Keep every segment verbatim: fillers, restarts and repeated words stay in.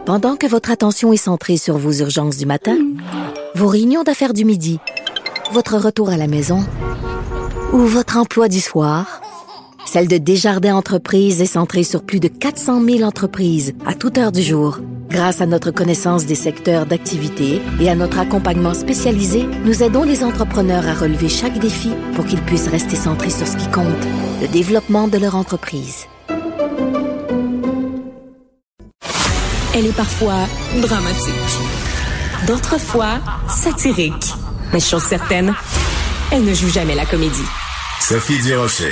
Pendant que votre attention est centrée sur vos urgences du matin, vos réunions d'affaires du midi, votre retour à la maison ou votre emploi du soir, celle de Desjardins Entreprises est centrée sur plus de quatre cent mille entreprises à toute heure du jour. Grâce à notre connaissance des secteurs d'activité et à notre accompagnement spécialisé, nous aidons les entrepreneurs à relever chaque défi pour qu'ils puissent rester centrés sur ce qui compte, le développement de leur entreprise. Elle est parfois dramatique, d'autres fois satirique. Mais chose certaine, elle ne joue jamais la comédie. Sophie Durocher.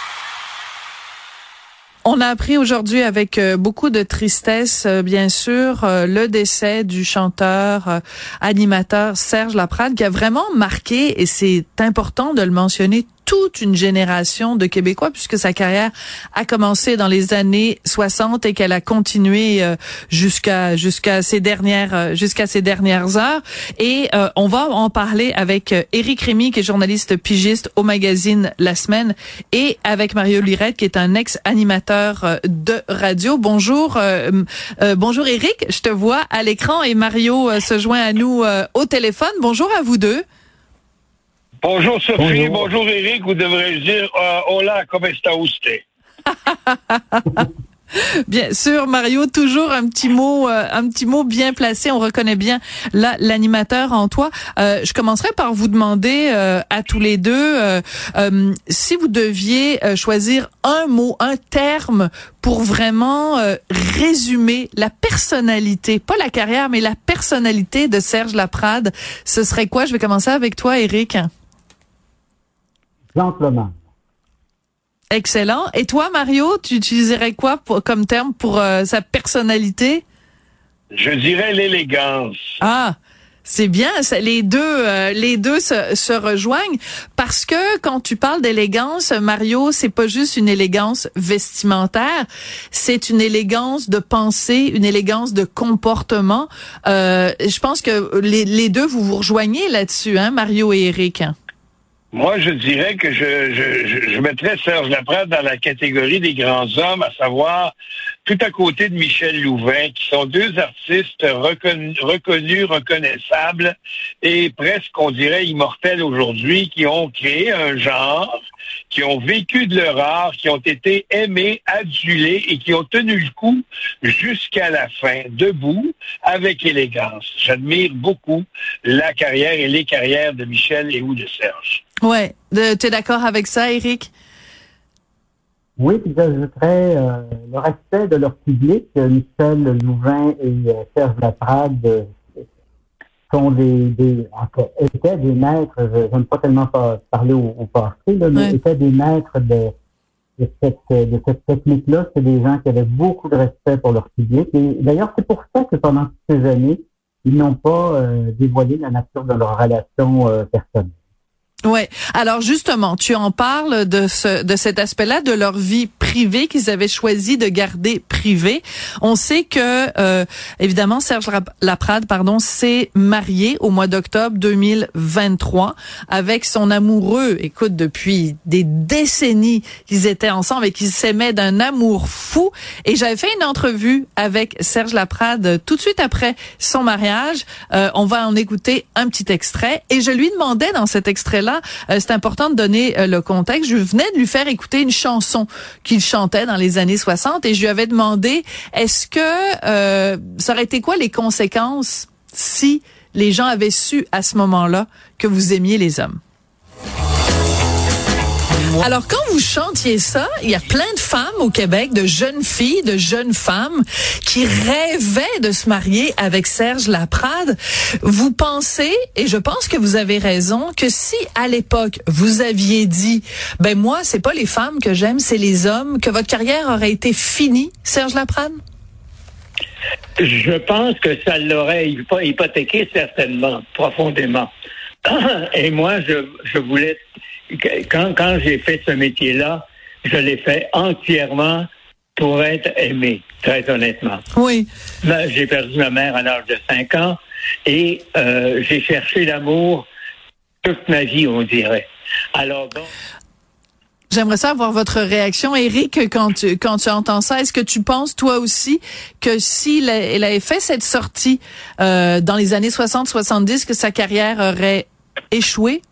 On a appris aujourd'hui avec euh, beaucoup de tristesse, euh, bien sûr, euh, le décès du chanteur, euh, animateur Serge Laprade, qui a vraiment marqué, et c'est important de le mentionner, toute une génération de Québécois, puisque sa carrière a commencé dans les années soixante et qu'elle a continué euh, jusqu'à jusqu'à ses dernières euh, jusqu'à ses dernières heures. Et euh, on va en parler avec euh, Éric Rémy, qui est journaliste pigiste au magazine La Semaine, et avec Mario Lirette, qui est un ex-animateur euh, de radio. Bonjour, euh, euh, bonjour Éric, je te vois à l'écran et Mario euh, se joint à nous euh, au téléphone. Bonjour à vous deux. Bonjour Sophie, bonjour, bonjour Éric, ou devrais-je dire euh, hola, como está usted? Bien sûr, Mario, toujours un petit mot, euh, un petit mot bien placé. On reconnaît bien là l'animateur en toi. Euh, je commencerai par vous demander euh, à tous les deux euh, euh, si vous deviez euh, choisir un mot, un terme pour vraiment euh, résumer la personnalité, pas la carrière, mais la personnalité de Serge Laprade. Ce serait quoi? Je vais commencer avec toi, Éric. Gentleman. Excellent. Et toi, Mario, tu utiliserais quoi pour, comme terme pour euh, sa personnalité? Je dirais l'élégance. Ah, c'est bien. Ça, les deux, euh, les deux se, se rejoignent parce que quand tu parles d'élégance, Mario, c'est pas juste une élégance vestimentaire, c'est une élégance de pensée, une élégance de comportement. Euh, je pense que les, les deux, vous vous rejoignez là-dessus, hein, Mario et Éric. Moi, je dirais que je, je, je mettrais Serge Laprade dans la catégorie des grands hommes, à savoir tout à côté de Michel Louvain, qui sont deux artistes reconnus, reconnus, reconnaissables et presque, on dirait, immortels aujourd'hui, qui ont créé un genre, qui ont vécu de leur art, qui ont été aimés, adulés et qui ont tenu le coup jusqu'à la fin, debout, avec élégance. J'admire beaucoup la carrière et les carrières de Michel et ou de Serge. Ouais, de, t'es d'accord avec ça, Éric? Oui, puis j'ajouterais euh, le respect de leur public. Michel Louvain et euh, Serge Laprade euh, sont des, des en fait, étaient des maîtres, je n'aime pas tellement pas parler au, au passé, là, mais ouais. étaient des maîtres de, de cette, de cette technique-là. C'est des gens qui avaient beaucoup de respect pour leur public. Et d'ailleurs, c'est pour ça que pendant toutes ces années, ils n'ont pas euh, dévoilé la nature de leur relation euh, personnelle. Ouais. Alors justement, tu en parles de ce de cet aspect-là de leur vie privée qu'ils avaient choisi de garder privée. On sait que euh, évidemment Serge Laprade, pardon, s'est marié au mois d'octobre deux mille vingt-trois avec son amoureux. Écoute, depuis des décennies qu'ils étaient ensemble et qu'ils s'aimaient d'un amour fou. Et j'avais fait une entrevue avec Serge Laprade tout de suite après son mariage. Euh, on va en écouter un petit extrait et je lui demandais dans cet extrait-là. Euh, c'est important de donner euh, le contexte. Je venais de lui faire écouter une chanson qu'il chantait dans les années soixante et je lui avais demandé est-ce que euh, ça aurait été quoi les conséquences si les gens avaient su à ce moment-là que vous aimiez les hommes? Alors, quand vous chantiez ça, il y a plein de femmes au Québec, de jeunes filles, de jeunes femmes qui rêvaient de se marier avec Serge Laprade. Vous pensez, et je pense que vous avez raison, que si à l'époque vous aviez dit, ben moi, c'est pas les femmes que j'aime, c'est les hommes, que votre carrière aurait été finie, Serge Laprade? Je pense que ça l'aurait hypothéqué certainement, profondément. Et moi, je, je voulais... Quand, quand j'ai fait ce métier-là, je l'ai fait entièrement pour être aimé, très honnêtement. Oui. Là, j'ai perdu ma mère à l'âge de cinq ans et euh, j'ai cherché l'amour toute ma vie, on dirait. Alors bon... J'aimerais ça avoir votre réaction, Éric, quand tu, quand tu entends ça. Est-ce que tu penses, toi aussi, que s'il elle avait fait cette sortie euh, dans les années soixante soixante-dix, que sa carrière aurait échoué?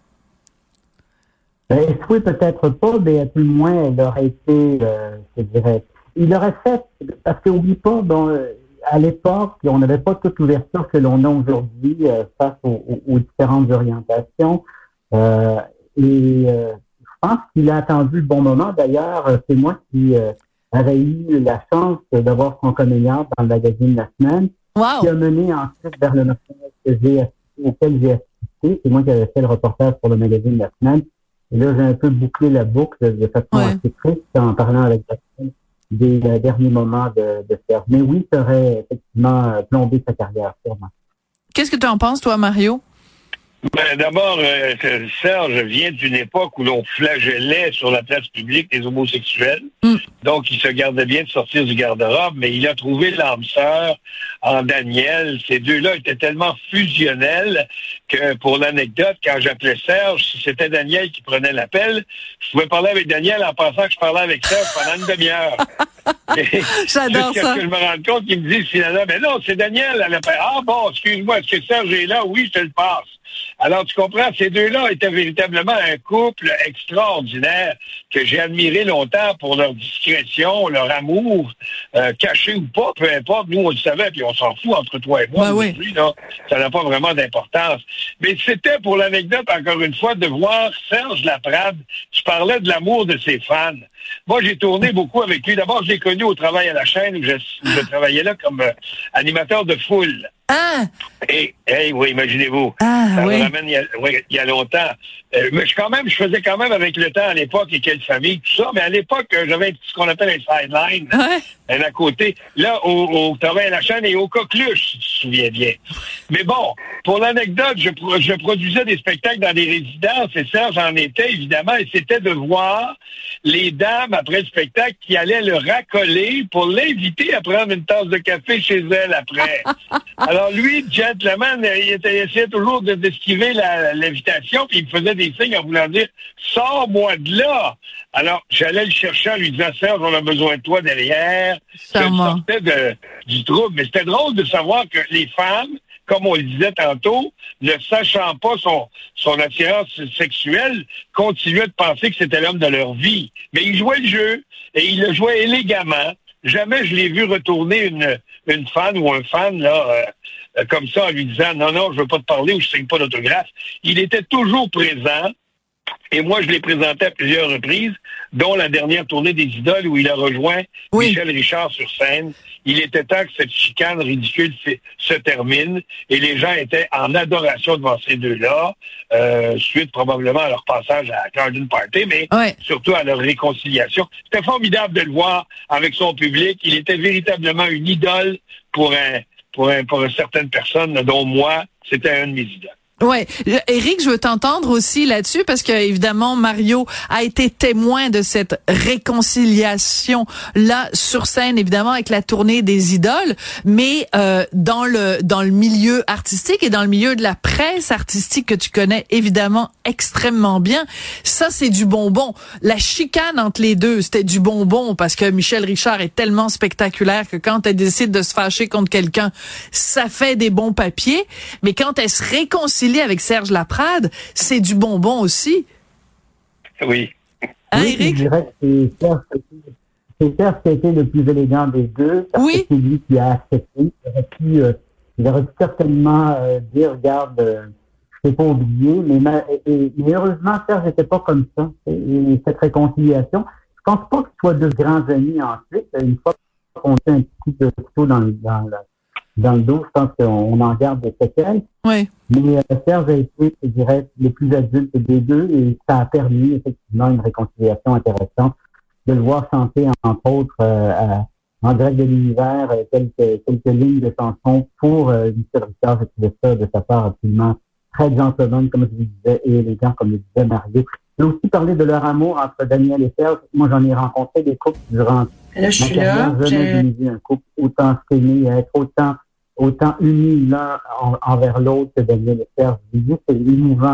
Ben, échoué peut-être pas, mais à tout le moins, elle aurait été, euh, je dirais, il aurait fait, parce qu'oublie pas, bon, euh, à l'époque, on n'avait pas toute l'ouverture que l'on a aujourd'hui euh, face aux, aux, aux différentes orientations. Euh, et euh, je pense qu'il a attendu le bon moment. D'ailleurs, c'est moi qui euh, avais eu la chance d'avoir son comédien dans le magazine La Semaine, wow. qui a mené ensuite vers le national que j'ai, auquel j'ai assisté. C'est moi qui avais fait le reportage pour le magazine La Semaine. Et là, j'ai un peu bouclé la boucle de façon ouais. assez triste en parlant avec la Semaine des euh, derniers moments de, de Serge. Mais oui, ça aurait effectivement euh, plombé sa carrière, sûrement. Qu'est-ce que tu en penses, toi, Mario? Ben, d'abord, euh, Serge vient d'une époque où l'on flagellait sur la place publique les homosexuels. Mm. Donc, il se gardait bien de sortir du garde-robe, mais il a trouvé l'âme sœur en Daniel. Ces deux-là étaient tellement fusionnels que, pour l'anecdote, quand j'appelais Serge, si c'était Daniel qui prenait l'appel, je pouvais parler avec Daniel en pensant que je parlais avec Serge pendant une demi-heure. J'adore Jusqu'à ça. ce que je me rende compte qu'il me dit finalement, mais non, c'est Daniel. Elle appelle, ah bon, excuse-moi, est-ce que Serge est là? Oui, je te le passe. Alors, tu comprends, ces deux-là étaient véritablement un couple extraordinaire que j'ai admiré longtemps pour leur discrétion, leur amour, euh, caché ou pas, peu importe. Nous, on le savait, puis on s'en fout entre toi et moi. Ben oui. Lui, là, ça n'a pas vraiment d'importance. Mais c'était, pour l'anecdote, encore une fois, de voir Serge Laprade. Tu parlais de l'amour de ses fans. Moi, j'ai tourné beaucoup avec lui. D'abord, je l'ai connu au travail à la chaîne où je, où je travaillais là comme euh, animateur de foule. Ah! Et, hey, oui, imaginez-vous. Ah, ça oui. me ramène il y a, oui, il y a longtemps. Euh, mais je, quand même, je faisais quand même avec le temps à l'époque et quelle famille, tout ça. Mais à l'époque, euh, j'avais ce qu'on appelle un sideline. Ouais. Un à côté. Là, au, au travail à la chaîne et au coqueluche, si tu te souviens bien. Mais bon, pour l'anecdote, je, je produisais des spectacles dans des résidences et Serge en était, évidemment, et c'était de voir les dames, après le spectacle, qui allaient le racoler pour l'inviter à prendre une tasse de café chez elle après. Alors lui, gentleman, il, était, il essayait toujours de, d'esquiver la, l'invitation, puis il me faisait des signes en voulant dire « Sors-moi de là !» Alors, j'allais le chercher en lui disant « Serge, on a besoin de toi derrière. » Je sortais de, du trouble. Mais c'était drôle de savoir que les femmes, comme on le disait tantôt, ne sachant pas son, son attirance sexuelle, continuaient de penser que c'était l'homme de leur vie. Mais il jouait le jeu, et il le jouait élégamment. Jamais je l'ai vu retourner une, une fan ou un fan, là, euh, comme ça, en lui disant « Non, non, je veux pas te parler » ou « Je signe pas d'autographe ». Il était toujours présent. Et moi, je l'ai présenté à plusieurs reprises, dont la dernière tournée des Idoles où il a rejoint oui. Michel Richard sur scène. Il était temps que cette chicane ridicule se termine et les gens étaient en adoration devant ces deux-là, euh, suite probablement à leur passage à Garden Party, mais ouais. surtout à leur réconciliation. C'était formidable de le voir avec son public. Il était véritablement une idole pour un, pour un, pour certaines personnes, dont moi, c'était un de mes idoles. Ouais, Éric, je veux t'entendre aussi là-dessus parce que évidemment Mario a été témoin de cette réconciliation là sur scène, évidemment avec la tournée des Idoles, mais euh, dans le dans le milieu artistique et dans le milieu de la presse artistique que tu connais évidemment extrêmement bien, ça c'est du bonbon. La chicane entre les deux, c'était du bonbon parce que Michel Richard est tellement spectaculaire que quand elle décide de se fâcher contre quelqu'un, ça fait des bons papiers, mais quand elle se réconcilie avec Serge Laprade, c'est du bonbon aussi. Oui. Hein, oui, Éric? Je dirais que c'est Serge, c'est Serge qui a été le plus élégant des deux. Parce oui. que c'est lui qui a accepté. Il aurait pu, euh, il aurait pu certainement euh, dire, regarde, euh, je t'ai pas oublié, mais, ma, et, mais heureusement, Serge n'était pas comme ça. Et, et cette réconciliation, je pense pas qu'ils soient deux grands amis ensuite. Une fois qu'on fait un petit coup de couteau dans, dans, dans le dos, je pense qu'on en garde des séquelles. Oui. Mais euh, Serge a été, je dirais, le plus adulte des deux et ça a permis effectivement une réconciliation intéressante de le voir chanter, entre autres, euh, à, en grec de l'univers, euh, quelques, quelques lignes de chansons pour euh, Michel Richard. Je trouvais ça de sa part absolument très gentleman, comme je le disais, et élégant, comme le disait Mario. J'ai aussi parlé de leur amour entre Daniel et Serge. Moi, j'en ai rencontré des couples durant là, je ma suis carrière. là. Jamais j'ai vu un couple autant s'aimer, être autant autant unis l'un en, envers l'autre que Daniel et Serge. C'est émouvant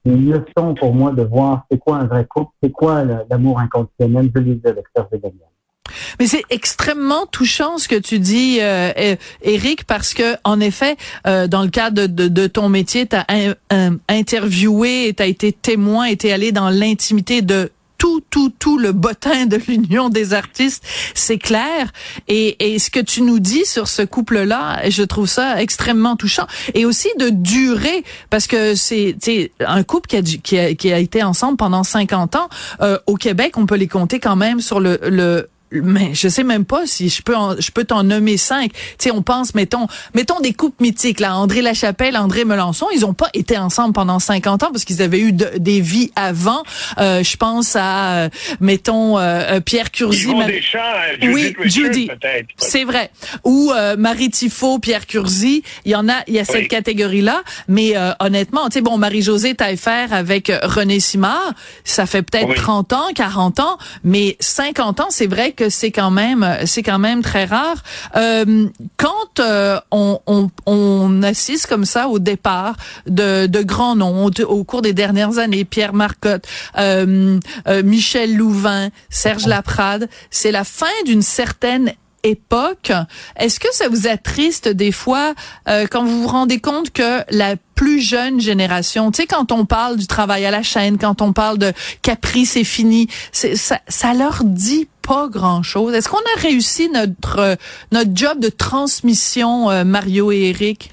une leçon pour moi de voir c'est quoi un vrai couple, c'est quoi l'amour inconditionnel. Je l'ai vu avec Serge et Daniel. Mais c'est extrêmement touchant ce que tu dis, euh, Éric, parce que en effet, euh, dans le cadre de, de, de ton métier, tu as un, un, interviewé, tu as été témoin, et tu es allé dans l'intimité de tout, tout, tout le bottin de l'Union des artistes, c'est clair. Et, et ce que tu nous dis sur ce couple-là, je trouve ça extrêmement touchant. Et aussi de durer, parce que c'est, c'est un couple qui a, qui a, qui a été ensemble pendant cinquante ans. Euh, au Québec, on peut les compter quand même sur le, le mais je sais même pas si je peux en, je peux t'en nommer cinq. Tu sais, on pense, mettons, mettons des couples mythiques, là, André Lachapelle, André Melançon, ils ont pas été ensemble pendant cinquante ans parce qu'ils avaient eu de, des vies avant. Euh, je pense à, euh, mettons, euh, Pierre Curzi. Yvon Deschamps, Judith oui, Richard, Judy, peut-être. c'est vrai. Ou euh, Marie Tifo, Pierre Curzi, il y en a, il y a cette oui. catégorie-là. Mais euh, honnêtement, tu sais, bon, Marie-Josée Taillefer avec euh, René Simard, ça fait peut-être oui. trente ans, quarante ans, mais cinquante ans, c'est vrai que c'est quand même c'est quand même très rare. Euh, quand euh, on, on, on assiste comme ça au départ de, de grands noms au, au cours des dernières années, Pierre Marcotte, euh, euh, Michel Louvain, Serge Laprade, c'est la fin d'une certaine époque. Est-ce que ça vous attriste des fois euh, quand vous vous rendez compte que la plus jeune génération, tu sais, quand on parle du travail à la chaîne, quand on parle de Capri, c'est fini, c'est, ça, ça leur dit pas grand-chose. Est-ce qu'on a réussi notre euh, notre job de transmission, euh, Mario et Éric?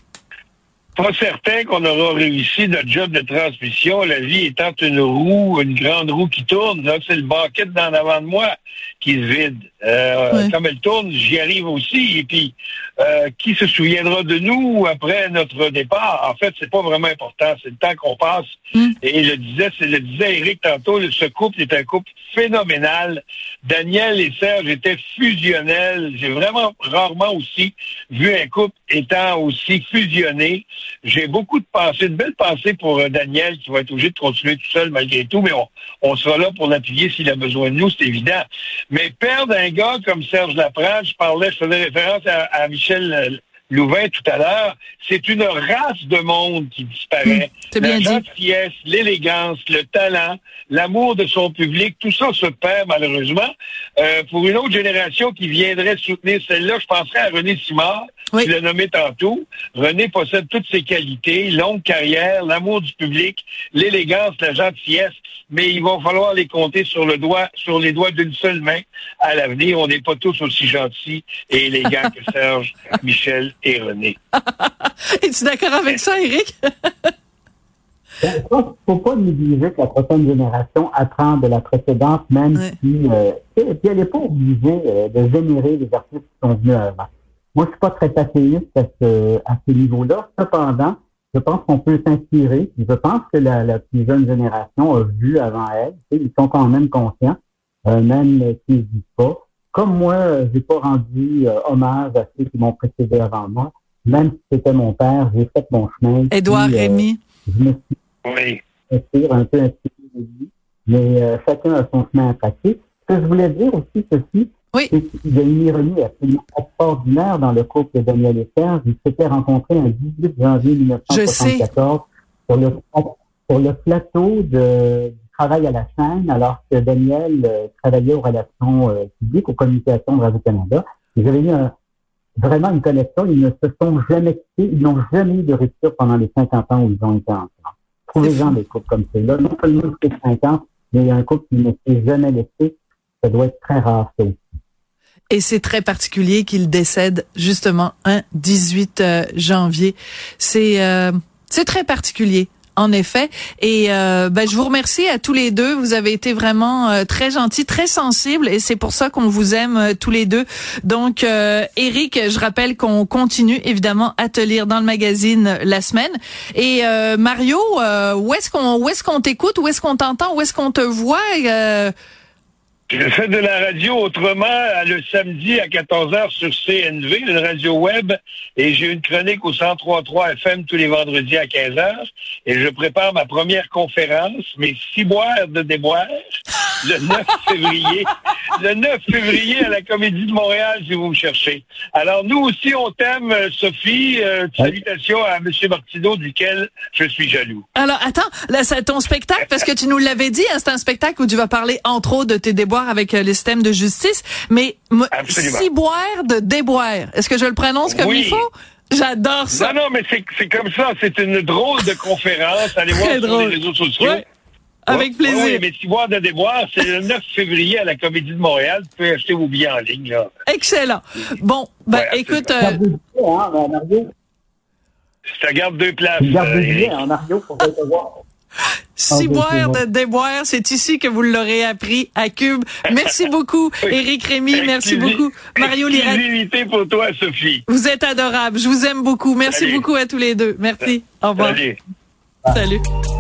Pas certain qu'on aura réussi notre job de transmission, la vie étant une roue, une grande roue qui tourne. Là, c'est le banquet d'en avant de moi qui se vide. Euh, oui. Comme elle tourne, j'y arrive aussi. Et puis, euh, qui se souviendra de nous après notre départ? En fait, c'est pas vraiment important. C'est le temps qu'on passe. Mm. Et le disait, c'est le disait Éric tantôt, ce couple est un couple phénoménal. Daniel et Serge étaient fusionnels. J'ai vraiment rarement aussi vu un couple étant aussi fusionné. J'ai beaucoup de pensées, de belles pensées pour euh, Daniel qui va être obligé de continuer tout seul malgré tout, mais on, on sera là pour l'appuyer s'il a besoin de nous, c'est évident. Mais perdre un gars comme Serge Laprade, je parlais, je faisais référence à, à Michel Louvain tout à l'heure, c'est une race de monde qui disparaît. Mmh, la gentillesse, l'élégance, le talent, l'amour de son public, tout ça se perd malheureusement. Euh, pour une autre génération qui viendrait soutenir celle-là, je penserais à René Simard, oui. Tu l'as nommé tantôt. René possède toutes ses qualités, longue carrière, l'amour du public, l'élégance, la gentillesse, mais il va falloir les compter sur le doigt, sur les doigts d'une seule main à l'avenir. On n'est pas tous aussi gentils et élégants que Serge, Michel et René. Es-tu d'accord avec ça, Éric? Il ne faut pas négliger que la prochaine génération apprend de la précédente, même ouais. si euh, et puis elle n'est pas obligée euh, de vénérer les artistes qui sont venus avant. Moi, je suis pas très passéiste à ce, à ce niveau-là. Cependant, je pense qu'on peut s'inspirer. Je pense que la, la plus jeune génération a vu avant elle. Ils sont quand même conscients, euh, même s'ils ne disent pas. Comme moi, j'ai pas rendu euh, hommage à ceux qui m'ont précédé avant moi. Même si c'était mon père, j'ai fait mon chemin. Édouard puis, Rémy. Euh, je me suis oui. inspiré, un peu inspiré de lui. Mais euh, chacun a son chemin à passer. Ce que je voulais dire aussi, ceci, oui. c'est qu'il y a une ironie absolument extraordinaire dans le couple de Daniel et Serge. Ils s'étaient rencontrés un dix-huit janvier mille neuf cent soixante-quatorze sur le, sur le plateau de, du travail à la chaîne, alors que Daniel euh, travaillait aux relations euh, publiques, aux communications de Radio-Canada. Ils avaient eu un, vraiment une connexion. Ils ne se sont jamais quittés. Ils n'ont jamais eu de rupture pendant les cinquante ans où ils ont été ensemble. Trouvez-en des couples comme ceux-là. Non seulement c'est cinquante, mais il y a un couple qui ne s'est jamais laissé. Ça doit être très rare, ça aussi. Et c'est très particulier qu'il décède justement un dix-huit janvier. C'est euh, c'est très particulier. En effet. Et euh, ben, je vous remercie à tous les deux. Vous avez été vraiment euh, très gentils, très sensibles, et c'est pour ça qu'on vous aime euh, tous les deux. Donc, euh, Éric, je rappelle qu'on continue évidemment à te lire dans le magazine La Semaine. Et euh, Mario, euh, où est-ce qu'on où est-ce qu'on t'écoute, où est-ce qu'on t'entend, où est-ce qu'on te voit? Euh, Je fais de la radio autrement le samedi à quatorze heures sur C N V, une radio web, et j'ai une chronique au cent trois virgule trois F M tous les vendredis à quinze heures, et je prépare ma première conférence, mes ciboires de déboire, le neuf février. Le neuf février à la Comédie de Montréal, si vous me cherchez. Alors, nous aussi, on t'aime, Sophie. Euh, salutations à M. Martineau, duquel je suis jaloux. Alors, attends, là, c'est ton spectacle, parce que tu nous l'avais dit, hein, c'est un spectacle où tu vas parler, entre autres, de tes déboires avec euh, les systèmes de justice, mais m- ciboire de déboire, est-ce que je le prononce comme oui. il faut? J'adore ça. Non, non, mais c'est, c'est comme ça. C'est une drôle de conférence. Allez voir sur drôle. les réseaux sociaux. Ouais. Avec plaisir. Oui, oui, mais ciboire de déboire, c'est le neuf février à la Comédie de Montréal. Vous pouvez acheter vos billets en ligne, là. Excellent. Bon, ben, ouais, écoute... Euh... Hein, Mario. Je te garde deux places. Je garde euh, deux billets, hein, Mario, pour te voir. Ciboire de déboire, c'est ici que vous l'aurez appris à Cube. Merci beaucoup, Éric Rémy. Merci beaucoup, Mario Lirette. Exclusivité pour toi, Sophie. Vous êtes adorable. Je vous aime beaucoup. Merci Salut. beaucoup à tous les deux. Merci. Au revoir. Salut. Salut.